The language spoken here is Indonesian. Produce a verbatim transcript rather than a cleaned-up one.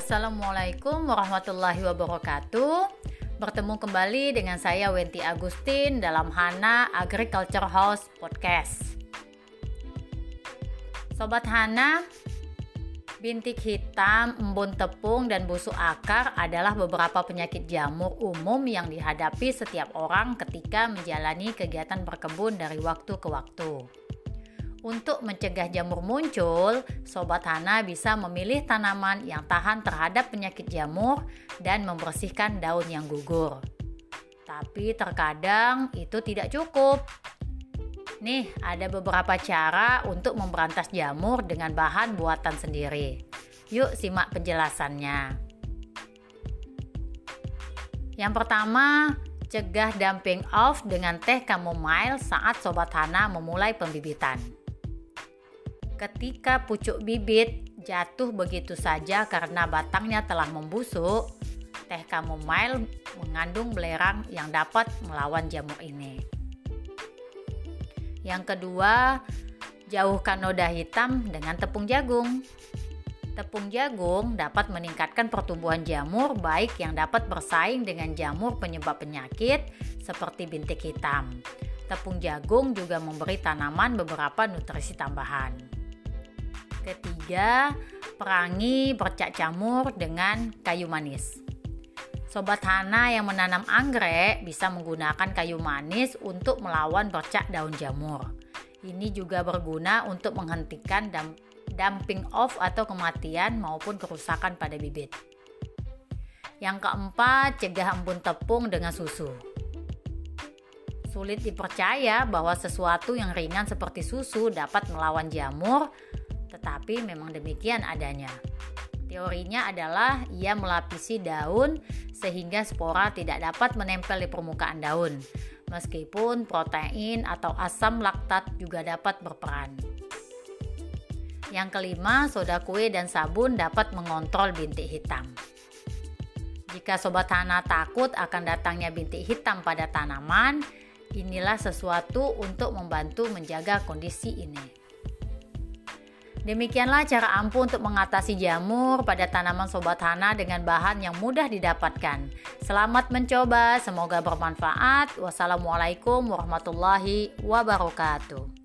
Assalamualaikum warahmatullahi wabarakatuh. Bertemu kembali dengan saya Wenti Agustin dalam Hana Agriculture House Podcast. Sobat Hana, bintik hitam, embun tepung, dan busuk akar adalah beberapa penyakit jamur umum yang dihadapi setiap orang ketika menjalani kegiatan berkebun dari waktu ke waktu. Untuk mencegah jamur muncul, Sobat Hana bisa memilih tanaman yang tahan terhadap penyakit jamur dan membersihkan daun yang gugur. Tapi terkadang itu tidak cukup. Nih, ada beberapa cara untuk memberantas jamur dengan bahan buatan sendiri. Yuk simak penjelasannya. Yang pertama, cegah dumping off dengan teh chamomile saat Sobat Hana memulai pembibitan. Ketika pucuk bibit jatuh begitu saja karena batangnya telah membusuk, teh chamomile mengandung belerang yang dapat melawan jamur ini. Yang kedua, jauhkan noda hitam dengan tepung jagung. Tepung jagung dapat meningkatkan pertumbuhan jamur baik yang dapat bersaing dengan jamur penyebab penyakit seperti bintik hitam. Tepung jagung juga memberi tanaman beberapa nutrisi tambahan. Ketiga, perangi bercak jamur dengan kayu manis. Sobat Hana yang menanam anggrek bisa menggunakan kayu manis untuk melawan bercak daun jamur. Ini juga berguna untuk menghentikan dumping off atau kematian maupun kerusakan pada bibit. Yang keempat, cegah embun tepung dengan susu. Sulit dipercaya bahwa sesuatu yang ringan seperti susu dapat melawan jamur, tetapi memang demikian adanya. Teorinya adalah ia melapisi daun sehingga spora tidak dapat menempel di permukaan daun, meskipun protein atau asam laktat juga dapat berperan. Yang kelima, soda kue dan sabun dapat mengontrol bintik hitam. Jika Sobat Hana takut akan datangnya bintik hitam pada tanaman, inilah sesuatu untuk membantu menjaga kondisi ini. Demikianlah cara ampuh untuk mengatasi jamur pada tanaman Sobat Hana dengan bahan yang mudah didapatkan. Selamat mencoba, semoga bermanfaat. Wassalamualaikum warahmatullahi wabarakatuh.